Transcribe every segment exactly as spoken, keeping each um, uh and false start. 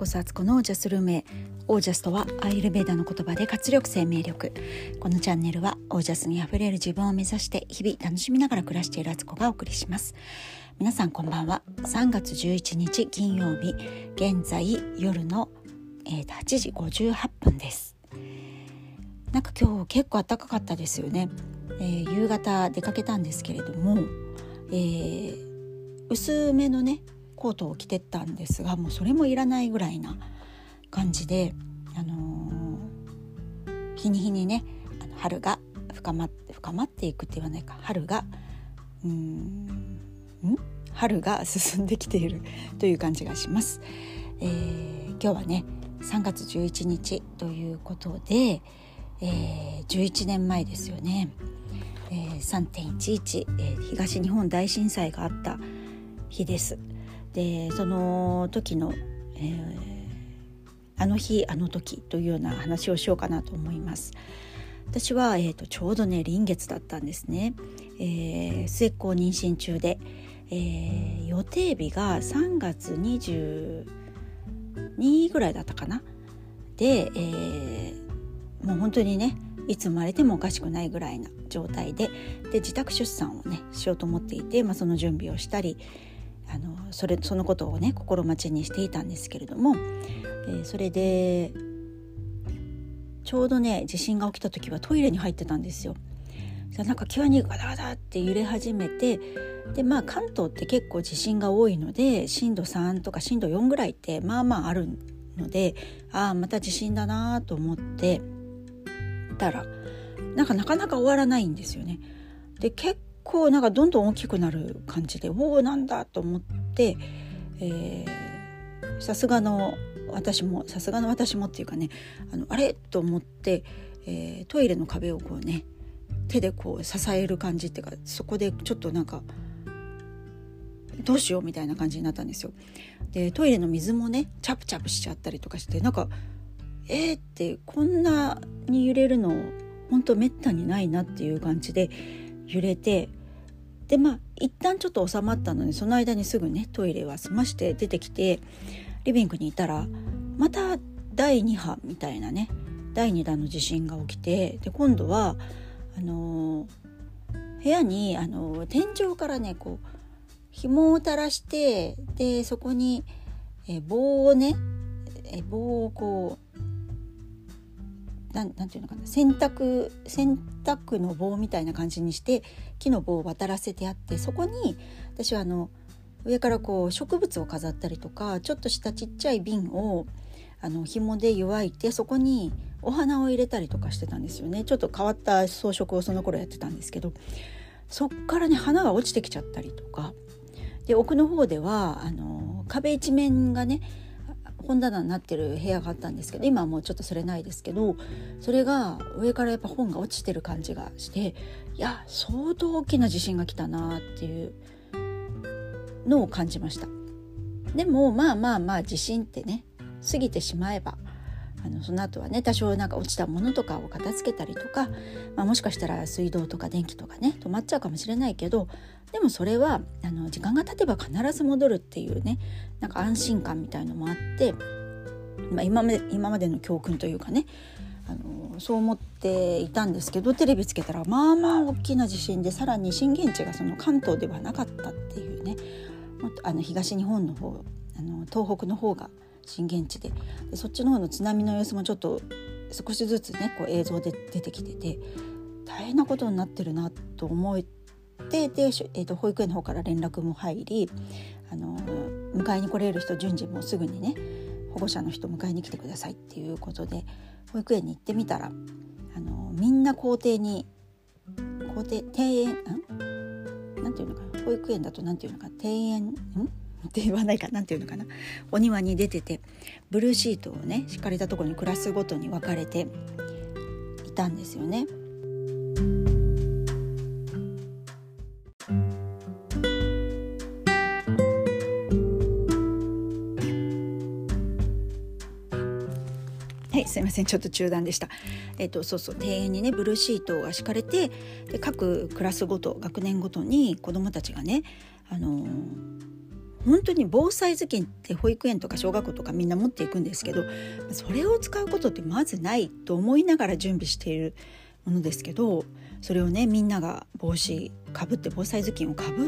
こそアツコのオージャスルームへ。オージャスとはアーユルヴェーダの言葉で活力、生命力。このチャンネルはオージャスにあふれる自分を目指して日々楽しみながら暮らしているアツコがお送りします。皆さんこんばんは。さんがつじゅういちにち金曜日、現在夜の、えー、はちじごじゅうはっぷんです。なんか今日結構暖かかったですよね。えー、夕方出かけたんですけれども、えー、薄めのねコートを着てったんですが、もうそれもいらないぐらいな感じで、あのー、日に日にねあの春が深まって深まっていくって言わないか春がうーんん春が進んできているという感じがします。えー、今日はねさんがつじゅういちにちということで、えー、じゅういちねんまえですよね。えー、さんてんいちいち、えー、東日本大震災があった日です。でその時の、えー、あの日あの時というような話をしようかなと思います。私は、えーと、ちょうどね臨月だったんですね。えー、末っ子を妊娠中で、えー、予定日がさんがつにじゅうにぐらいだったかな。で、えー、もう本当にねいつ生まれてもおかしくないぐらいな状態で、で自宅出産をねしようと思っていて、まあ、その準備をしたりあの それそのことをね心待ちにしていたんですけれども、えー、それでちょうどね地震が起きた時はトイレに入ってたんですよ。なんか急にガタガタって揺れ始めて、でまあ関東って結構地震が多いので震度さんとか震度よんぐらいってまあまああるので、ああまた地震だなと思ってたらなんかなかなか終わらないんですよね。で結構なんかどんどん大きくなる感じで、おおなんだと思って、えー、さすがの私もさすがの私もっていうかね、あのあれと思って、えー、トイレの壁をこうね手でこう支える感じっていうか、そこでちょっとなんかどうしようみたいな感じになったんですよ。でトイレの水もねチャプチャプしちゃったりとかして、なんかえーってこんなに揺れるの本当めったにないなっていう感じで揺れて、でまあ一旦ちょっと収まったのでその間にすぐねトイレは済まして出てきてリビングにいたらまただいに波みたいなねだいにだんの地震が起きて、で今度はあのー、部屋に、あのー、天井からねこう紐を垂らして、でそこにえ棒をねえ棒をこうなん、なんていうのかな、洗濯洗濯の棒みたいな感じにして木の棒を渡らせてあって、そこに私はあの上からこう植物を飾ったりとか、ちょっとしたちっちゃい瓶をあの紐で湯いてそこにお花を入れたりとかしてたんですよね。ちょっと変わった装飾をその頃やってたんですけど、そっからね花が落ちてきちゃったりとかで、奥の方ではあの壁一面がね本棚になってる部屋があったんですけど、今はもうちょっとそれないですけど、それが上からやっぱ本が落ちてる感じがして、いや相当大きな地震が来たなっていうのを感じました。でもまあまあまあ地震ってね過ぎてしまえば、あのその後はね多少なんか落ちたものとかを片付けたりとか、まあ、もしかしたら水道とか電気とかね止まっちゃうかもしれないけど、でもそれはあの時間が経てば必ず戻るっていうね、なんか安心感みたいのもあって、まあ、今まで今までの教訓というかね、あのそう思っていたんですけど、テレビつけたらまあまあ大きな地震で、さらに震源地がその関東ではなかったっていうね、もっとあの東日本の方、あの東北の方が震源地 で, でそっちの方の津波の様子もちょっと少しずつねこう映像で出てきてて、大変なことになってるなと思ってで、で、えー、と保育園の方から連絡も入り、あの迎えに来れる人順次もうすぐにね保護者の人迎えに来てくださいっていうことで保育園に行ってみたら、あのみんな校庭に校庭庭園んなんていうのかな、保育園だとなんていうのか庭園んって言わないかなんていうのかな、お庭に出ててブルーシートをね敷かれたところにクラスごとに分かれていたんですよね。はい、すいませんちょっと中断でした。えっとそうそう庭園にねブルーシートが敷かれて、で各クラスごと学年ごとに子どもたちがねあの本当に防災頭巾って保育園とか小学校とかみんな持っていくんですけど、それを使うことってまずないと思いながら準備しているものですけど、それをねみんなが帽子かぶって防災頭巾をかぶって、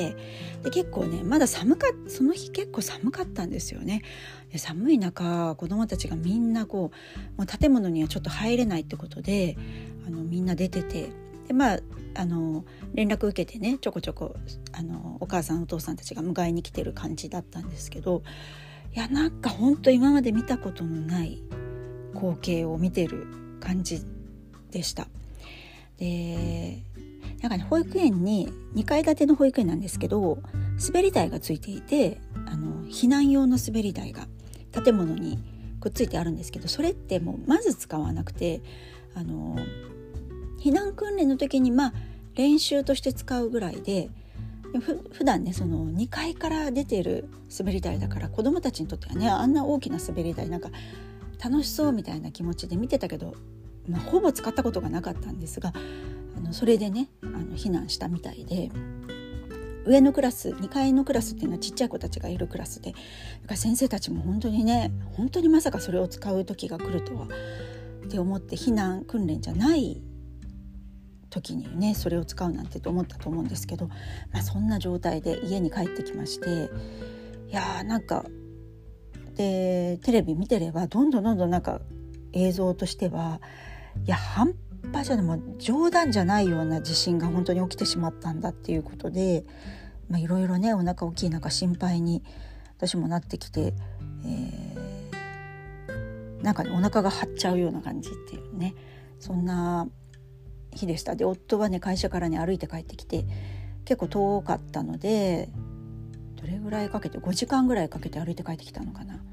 で結構ねまだ寒かその日結構寒かったんですよね。で寒い中子どもたちがみんなこうもう建物にはちょっと入れないってことであのみんな出てて、でまああの連絡受けてねちょこちょこあのお母さんお父さんたちが迎えに来てる感じだったんですけど、いやなんか本当今まで見たことのない光景を見てる感じでした。でなんかね保育園ににかい建ての保育園なんですけど、滑り台がついていて、あの避難用の滑り台が建物にくっついてあるんですけど、それってもうまず使わなくて、あの避難訓練の時にまあ練習として使うぐらいで、ふ普段ねそのにかいから出てる滑り台だから子どもたちにとってはねあんな大きな滑り台なんか楽しそうみたいな気持ちで見てたけど、まあ、ほぼ使ったことがなかったんですが、あのそれでねあの避難したみたいで、上のクラスにかいのクラスっていうのはちっちゃい子たちがいるクラスで、だから先生たちも本当にね本当にまさかそれを使う時が来るとはって思って、避難訓練じゃない時にねそれを使うなんてと思ったと思うんですけど、まあ、そんな状態で家に帰ってきまして、いやーなんかでテレビ見てればどんどんどんどんなんか映像としてはいや半端じゃない、もう冗談じゃないような地震が本当に起きてしまったんだっていうことで、まあ、いろいろねお腹大きい中心配に私もなってきて、えー、なんか、ね、お腹が張っちゃうような感じっていうね、そんな日でした。で夫はね会社からね歩いて帰ってきて、結構遠かったのでどれぐらいかけてごじかんぐらいかけて歩いて帰ってきたのかな。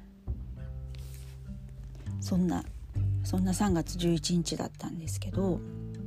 そんなそんなさんがつじゅういちにちだったんですけど、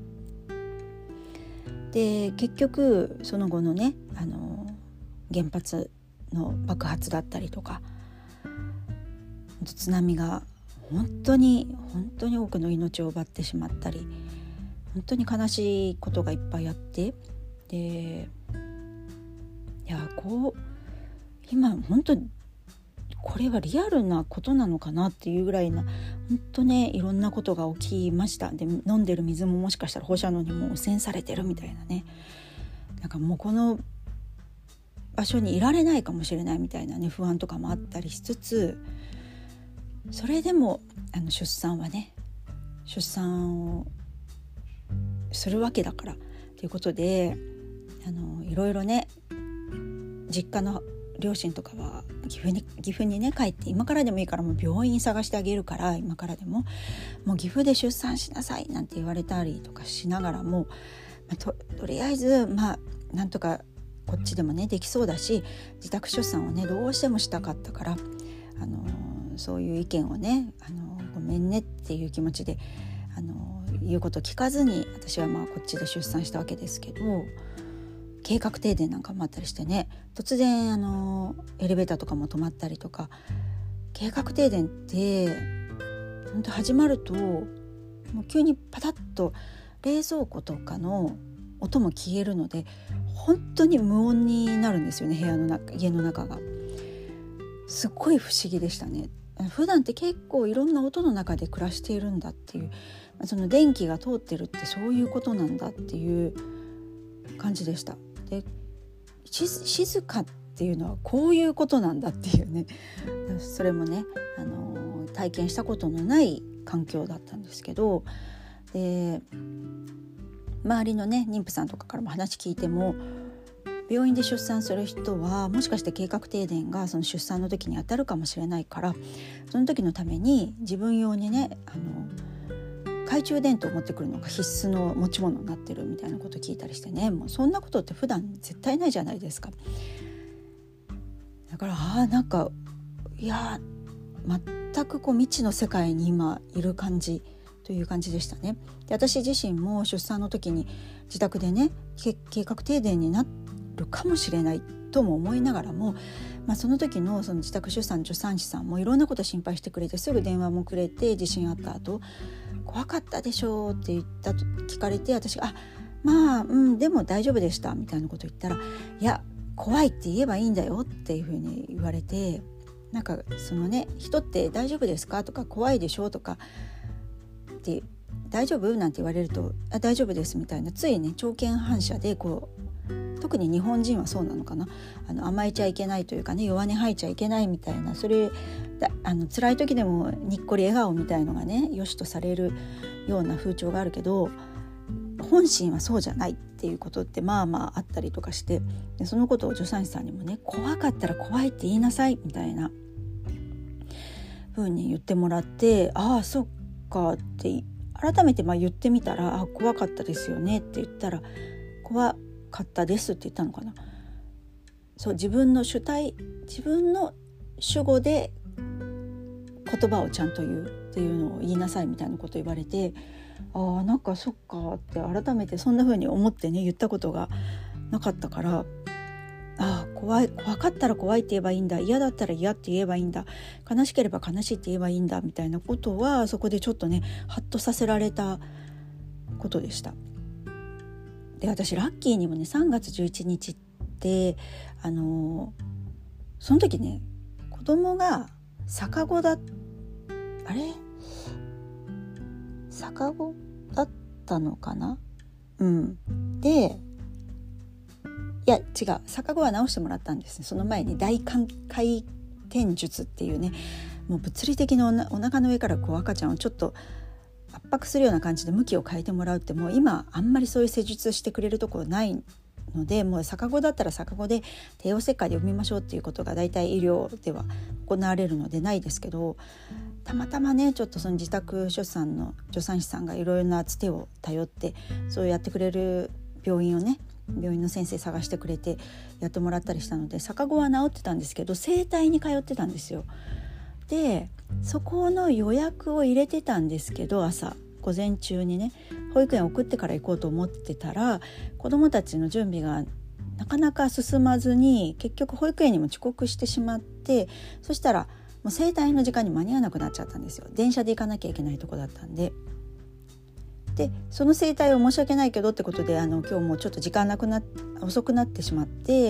で結局その後のねあの原発の爆発だったりとか津波が本当に本当に多くの命を奪ってしまったり、本当に悲しいことがいっぱいあって、でいやこう今本当これはリアルなことなのかなっていうぐらいな本当ねいろんなことが起きました。で飲んでる水ももしかしたら放射能にも汚染されてるみたいなね、なんかもうこの場所にいられないかもしれないみたいなね不安とかもあったりしつつ、それでもあの出産はね出産をするわけだからということで、あのいろいろね実家の両親とかは岐阜に岐阜にね帰って、今からでもいいからもう病院探してあげるから今からでももう岐阜で出産しなさいなんて言われたりとかしながらも、まあ、と, とりあえずまあなんとかこっちでもねできそうだし、自宅出産をねどうしてもしたかったから、あのそういう意見をねあのごめんねっていう気持ちであの言うこと聞かずに私はまあこっちで出産したわけですけど、計画停電なんかもあったりしてね、突然あのエレベーターとかも止まったりとか、計画停電って本当始まるともう急にパタッと冷蔵庫とかの音も消えるので本当に無音になるんですよね、部屋の中家の中が。すっごい不思議でしたね。普段って結構いろんな音の中で暮らしているんだっていう、その電気が通ってるってそういうことなんだっていう感じでした。で静かっていうのはこういうことなんだっていうね、それもね、あのー、体験したことのない環境だったんですけど、で周りのね妊婦さんとかからも話聞いても、病院で出産する人はもしかして計画停電がその出産の時に当たるかもしれないから、その時のために自分用にねあの懐中電灯を持ってくるのが必須の持ち物になってるみたいなこと聞いたりしてね、もうそんなことって普段絶対ないじゃないですか。だからあなんかいや全くこう未知の世界に今いる感じという感じでしたね。で私自身も出産の時に自宅でね計画停電になるかもしれないとも思いながらも、まあ、その時のその自宅出産の助産師さんもいろんなこと心配してくれて、すぐ電話もくれて、地震あった後怖かったでしょうって言ったと聞かれて、私があまあうんでも大丈夫でしたみたいなこと言ったら、いや怖いって言えばいいんだよっていうふうに言われて、なんかそのね、人って大丈夫ですかとか怖いでしょとかって大丈夫なんて言われると、あ大丈夫ですみたいな、ついね条件反射でこう、特に日本人はそうなのかな、あの甘えちゃいけないというかね、弱音吐いちゃいけないみたいな、それだあの辛い時でもにっこり笑顔みたいのがね良しとされるような風潮があるけど、本心はそうじゃないっていうことってまあまああったりとかして、でそのことを助産師さんにもね、怖かったら怖いって言いなさいみたいな風に言ってもらって、ああそっかって改めてまあ言ってみたら、あ怖かったですよねって言ったら、怖かったですって言ったのかな。そう、自分の主体、自分の主語で言葉をちゃんと言うっていうのを言いなさいみたいなこと言われて、ああなんかそっかって改めてそんな風に思ってね言ったことがなかったから、ああ怖い、怖かったら怖いって言えばいいんだ、嫌だったら嫌って言えばいいんだ、悲しければ悲しいって言えばいいんだみたいなことは、そこでちょっとねハッとさせられたことでした。で私ラッキーにもねさんがつじゅういちにちってあのー、その時ね子供が逆子だあれ逆子だったのかな、うんでいや違う、逆子は直してもらったんですね。その前に大回転術っていうね、もう物理的におなお腹の上からこう赤ちゃんをちょっと圧迫するような感じで向きを変えてもらうって、もう今あんまりそういう施術してくれるところないので、もう逆子だったら逆子で帝王切開で産みましょうっていうことが大体医療では行われるのでないですけど、たまたまねちょっとその自宅出産の助産師さんがいろいろなつてを頼ってそうやってくれる病院をね、病院の先生探してくれてやってもらったりしたので、逆子は治ってたんですけど整体に通ってたんですよ。でそこの予約を入れてたんですけど、朝午前中にね保育園送ってから行こうと思ってたら、子どもたちの準備がなかなか進まずに結局保育園にも遅刻してしまって、そしたらもう整体の時間に間に合わなくなっちゃったんですよ。電車で行かなきゃいけないとこだったんで。でその整体を申し訳ないけどってことで、あの今日もうちょっと時間なくなっ遅くなってしまって、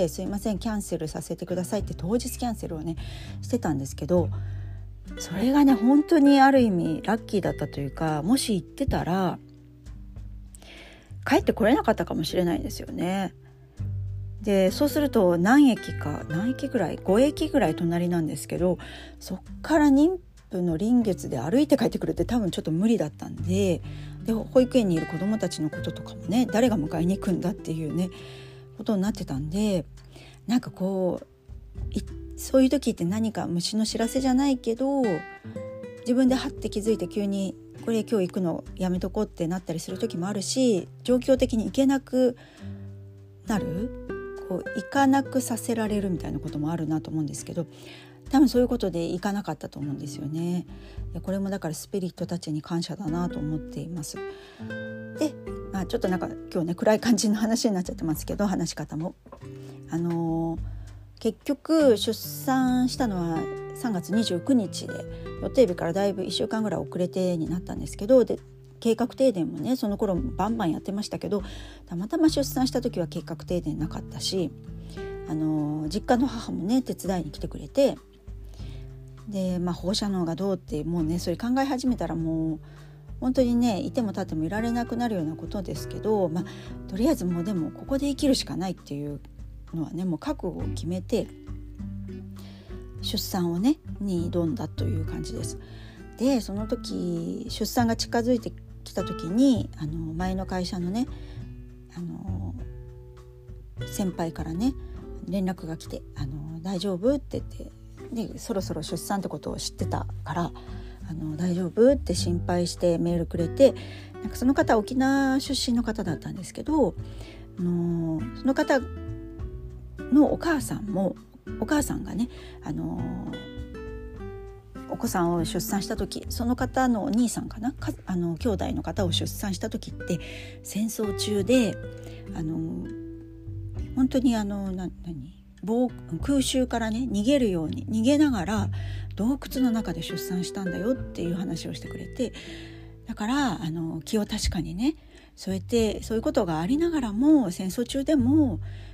すいませんキャンセルさせてくださいって当日キャンセルをねしてたんですけど、それがね本当にある意味ラッキーだったというか、もし行ってたら帰ってこれなかったかもしれないですよね。でそうすると何駅か何駅ぐらいごえきぐらい隣なんですけど、そっから妊婦の臨月で歩いて帰ってくるって多分ちょっと無理だったんで、で保育園にいる子どもたちのこととかもね、誰が迎えに行くんだっていうねことになってたんで、なんかこうそういう時って何か虫の知らせじゃないけど、自分でハッて気づいて急にこれ今日行くのやめとこうってなったりする時もあるし、状況的に行けなくなる、こう行かなくさせられるみたいなこともあるなと思うんですけど、多分そういうことで行かなかったと思うんですよね。でこれもだからスピリットたちに感謝だなと思っています。で、まあ、ちょっとなんか今日ね暗い感じの話になっちゃってますけど、話し方もあのー、結局出産したのはさんがつにじゅうくにちで、予定日からだいぶいっしゅうかんぐらい遅れてになったんですけど、で計画停電もねその頃バンバンやってましたけど、たまたま出産した時は計画停電なかったし、あのー、実家の母もね手伝いに来てくれて、で、まあ、放射能がどうってもうねそれ考え始めたらもう本当にねいても立ってもいられなくなるようなことですけど、まあ、とりあえずもうでもここで生きるしかないっていうのはねもう覚悟を決めて出産をねに挑んだという感じです。でその時出産が近づいてきた時にあの前の会社のねあの先輩からね連絡が来て、あの大丈夫って言ってでそろそろ出産ってことを知ってたからあの大丈夫って心配してメールくれて、なんかその方沖縄出身の方だったんですけど、あのその方のお母さんもお母さんがねあのお子さんを出産した時、その方のお兄さんかなかあの兄弟の方を出産した時って戦争中であの本当にあのな何空襲からね逃げるように逃げながら洞窟の中で出産したんだよっていう話をしてくれて、だからあの気を確かにねそうやってそういうことがありながらも戦争中でも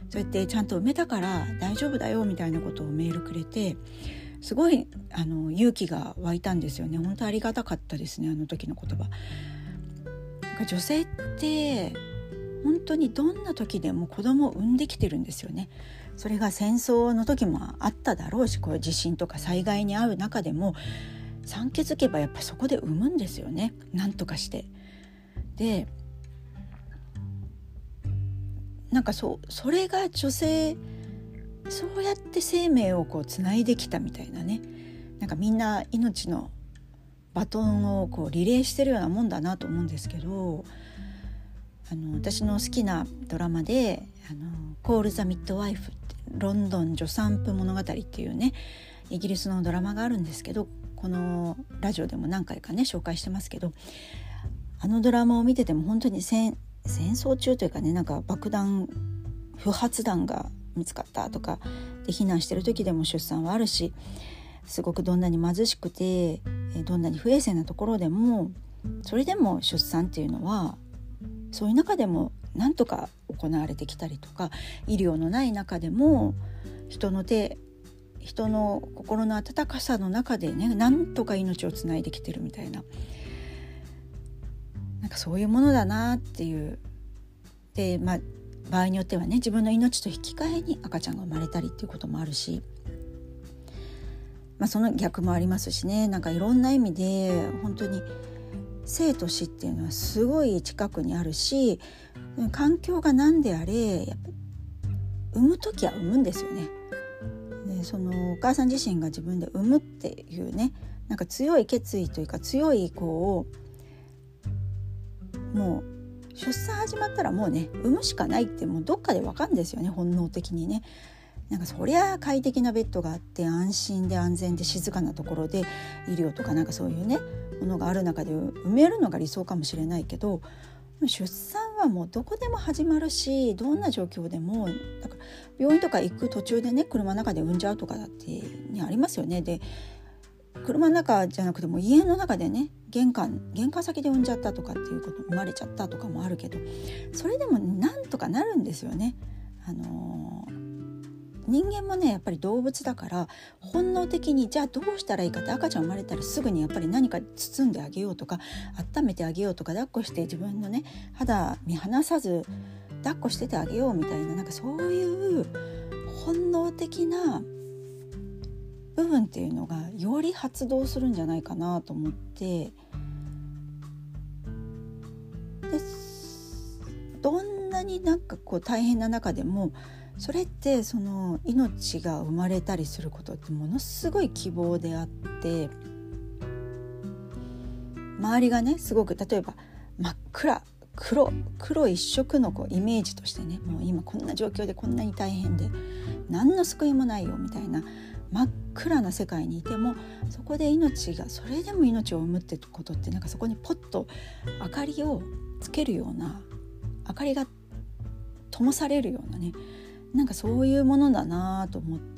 そうやってちゃんと埋めたから大丈夫だよみたいなことをメールくれて、すごいあの勇気が湧いたんですよね。本当ありがたかったですね、あの時の言葉。女性って本当にどんな時でも子供を産んできてるんですよね。それが戦争の時もあっただろうし、こういう地震とか災害に遭う中でも産気づけばやっぱりそこで産むんですよね、なんとかして。でなんかそう、それが女性、そうやって生命をこうつないできたみたいなね、なんかみんな命のバトンをこうリレーしてるようなもんだなと思うんですけど、あの私の好きなドラマであのコール・ザ・ミッドワイフってロンドン助産婦物語っていうね、イギリスのドラマがあるんですけど、このラジオでも何回かね紹介してますけど、あのドラマを見てても本当に戦戦争中というかね、なんか爆弾不発弾が見つかったとかで避難してる時でも出産はあるし、すごくどんなに貧しくてどんなに不衛生なところでも、それでも出産っていうのはそういう中でもなんとか行われてきたりとか、医療のない中でも人の手人の心の温かさの中でね、なんとか命をつないできてるみたいな、なんかそういうものだなっていう。で、まあ場合によってはね、自分の命と引き換えに赤ちゃんが生まれたりっていうこともあるし、まあその逆もありますしね。なんかいろんな意味で本当に生と死っていうのはすごい近くにあるし、環境が何であれやっぱ産む時は産むんですよね。でそのお母さん自身が自分で産むっていうね、なんか強い決意というか強い子を、もう出産始まったらもうね産むしかないってもうどっかで分かるんですよね、本能的にね。なんかそりゃ快適なベッドがあって安心で安全で静かなところで医療とかなんかそういうねものがある中で産めるのが理想かもしれないけど、出産はもうどこでも始まるし、どんな状況でも、だから病院とか行く途中でね車の中で産んじゃうとかだって、ね、ありますよね。で車の中じゃなくても家の中でね、玄関玄関先で産んじゃったとかっていうこと、生まれちゃったとかもあるけど、それでもなんとかなるんですよね。あのー人間もねやっぱり動物だから本能的にじゃあどうしたらいいかって、赤ちゃん生まれたらすぐにやっぱり何か包んであげようとか温めてあげようとか抱っこして自分のね肌見離さず抱っこしててあげようみたいな、なんかそういう本能的な部分っていうのがより発動するんじゃないかなと思って、でどんなになんかこう大変な中でもそれってその命が生まれたりすることってものすごい希望であって、周りがねすごく例えば真っ暗黒黒一色のこうイメージとしてね、もう今こんな状況でこんなに大変で何の救いもないよみたいな真っ暗な世界にいても、そこで命がそれでも命を生むってことって、なんかそこにポッと明かりをつけるような、明かりが灯されるようなね、なんかそういうものだなと思って、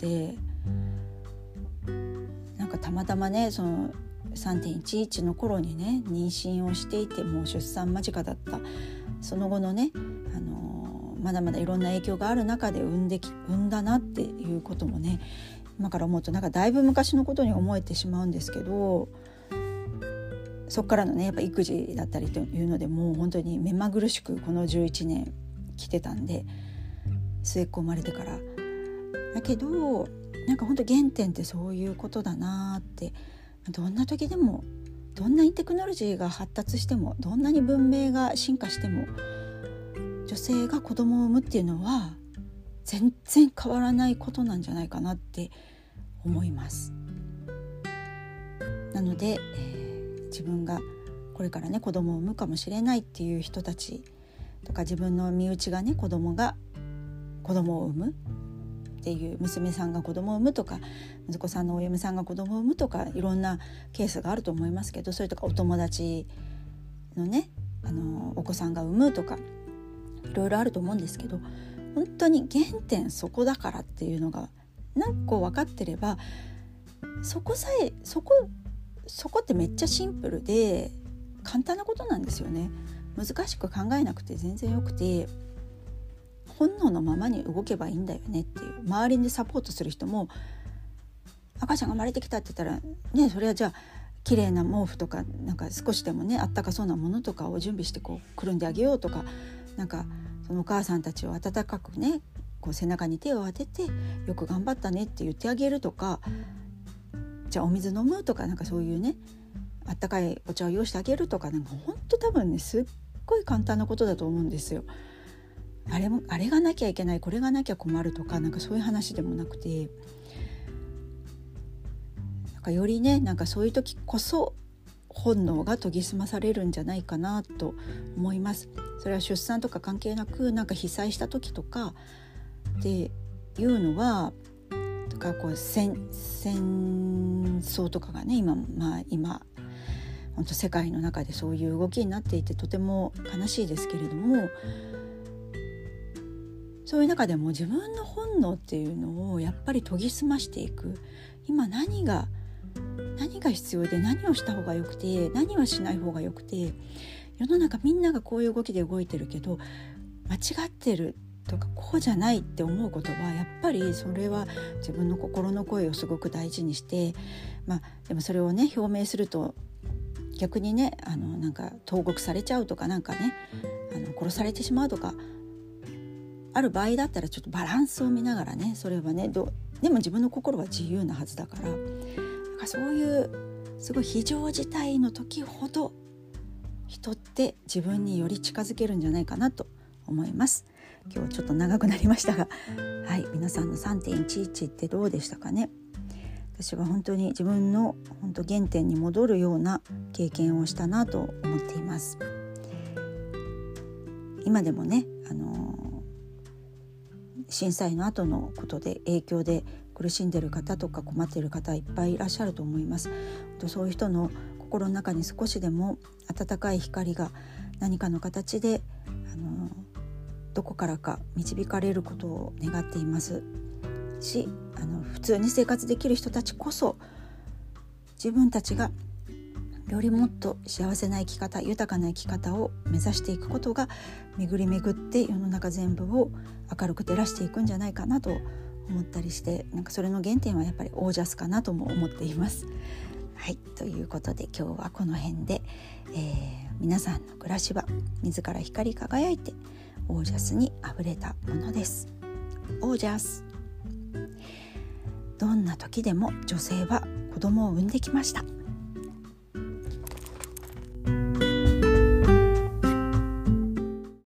なんかたまたまねその さんてんいちいち の頃にね妊娠をしていて、もう出産間近だった、その後のね、あのー、まだまだいろんな影響がある中で産んでき産んだなっていうこともね、今から思うとなんかだいぶ昔のことに思えてしまうんですけど、そっからのねやっぱ育児だったりというのでもう本当に目まぐるしくこのじゅういちねん来てたんで、末っ子生まれてから。だけどなんか本当原点ってそういうことだなって、どんな時でもどんなにテクノロジーが発達してもどんなに文明が進化しても、女性が子供を産むっていうのは全然変わらないことなんじゃないかなって思います。なので、えー、自分がこれからね子供を産むかもしれないっていう人たちとか、自分の身内がね子供が子供を産むっていう、娘さんが子供を産むとか息子さんのお嫁さんが子供を産むとか、いろんなケースがあると思いますけど、それとかお友達のねあのお子さんが産むとかいろいろあると思うんですけど、本当に原点そこだからっていうのが何個分かってれば、そこさえそこそこってめっちゃシンプルで簡単なことなんですよね。難しく考えなくて全然よくて、 本能のままに動けばいいんだよねっていう、周りでサポートする人も赤ちゃんが生まれてきたって言ったらね、それはじゃあ綺麗な毛布とかなんか少しでもねあったかそうなものとかを準備してこうくるんであげようとか、なんかそのお母さんたちを温かくねこう背中に手を当ててよく頑張ったねって言ってあげるとか、じゃあお水飲むとか、なんかそういうねあったかいお茶を用意してあげるとか、なんか本当多分ねすっごい簡単なことだと思うんですよ。あれもあれがなきゃいけない、これがなきゃ困るとか、なんかそういう話でもなくて、なんかよりねなんかそういう時こそ本能が研ぎ澄まされるんじゃないかなと思います。それは出産とか関係なく、なんか被災した時とかっていうのはとかこう 戦, 戦争とかがね今まあ今本当世界の中でそういう動きになっていてとても悲しいですけれども、そういう中でも自分の本能っていうのをやっぱり研ぎ澄ましていく、今何が何が必要で何をした方がよくて何はしない方がよくて、世の中みんながこういう動きで動いてるけど間違ってるとかこうじゃないって思うことはやっぱりそれは自分の心の声をすごく大事にして、まあでもそれをね表明すると逆にねあのなんか投獄されちゃうとか、なんかねあの殺されてしまうとかある場合だったらちょっとバランスを見ながらね、それはねどでも自分の心は自由なはずだから、なんかそういうすごい非常事態の時ほど人って自分により近づけるんじゃないかなと思います。今日ちょっと長くなりましたが、はい、皆さんの さんてんいちいち ってどうでしたかね。私は本当に自分の本当原点に戻るような経験をしたなと思っています。今でもね、あの震災の後のことで影響で苦しんでいる方とか困っている方いっぱいいらっしゃると思います。そういう人の心の中に少しでも温かい光が何かの形であのどこからか導かれることを願っていますし、あの普通に生活できる人たちこそ自分たちがよりもっと幸せな生き方、豊かな生き方を目指していくことが巡り巡って世の中全部を明るく照らしていくんじゃないかなと思ったりして、なんかそれの原点はやっぱりオージャスかなとも思っています。はい、ということで今日はこの辺で、えー、皆さんの暮らしは自ら光り輝いてオージャスにあふれたものです。オージャス。どんな時でも女性は子供を産んできました。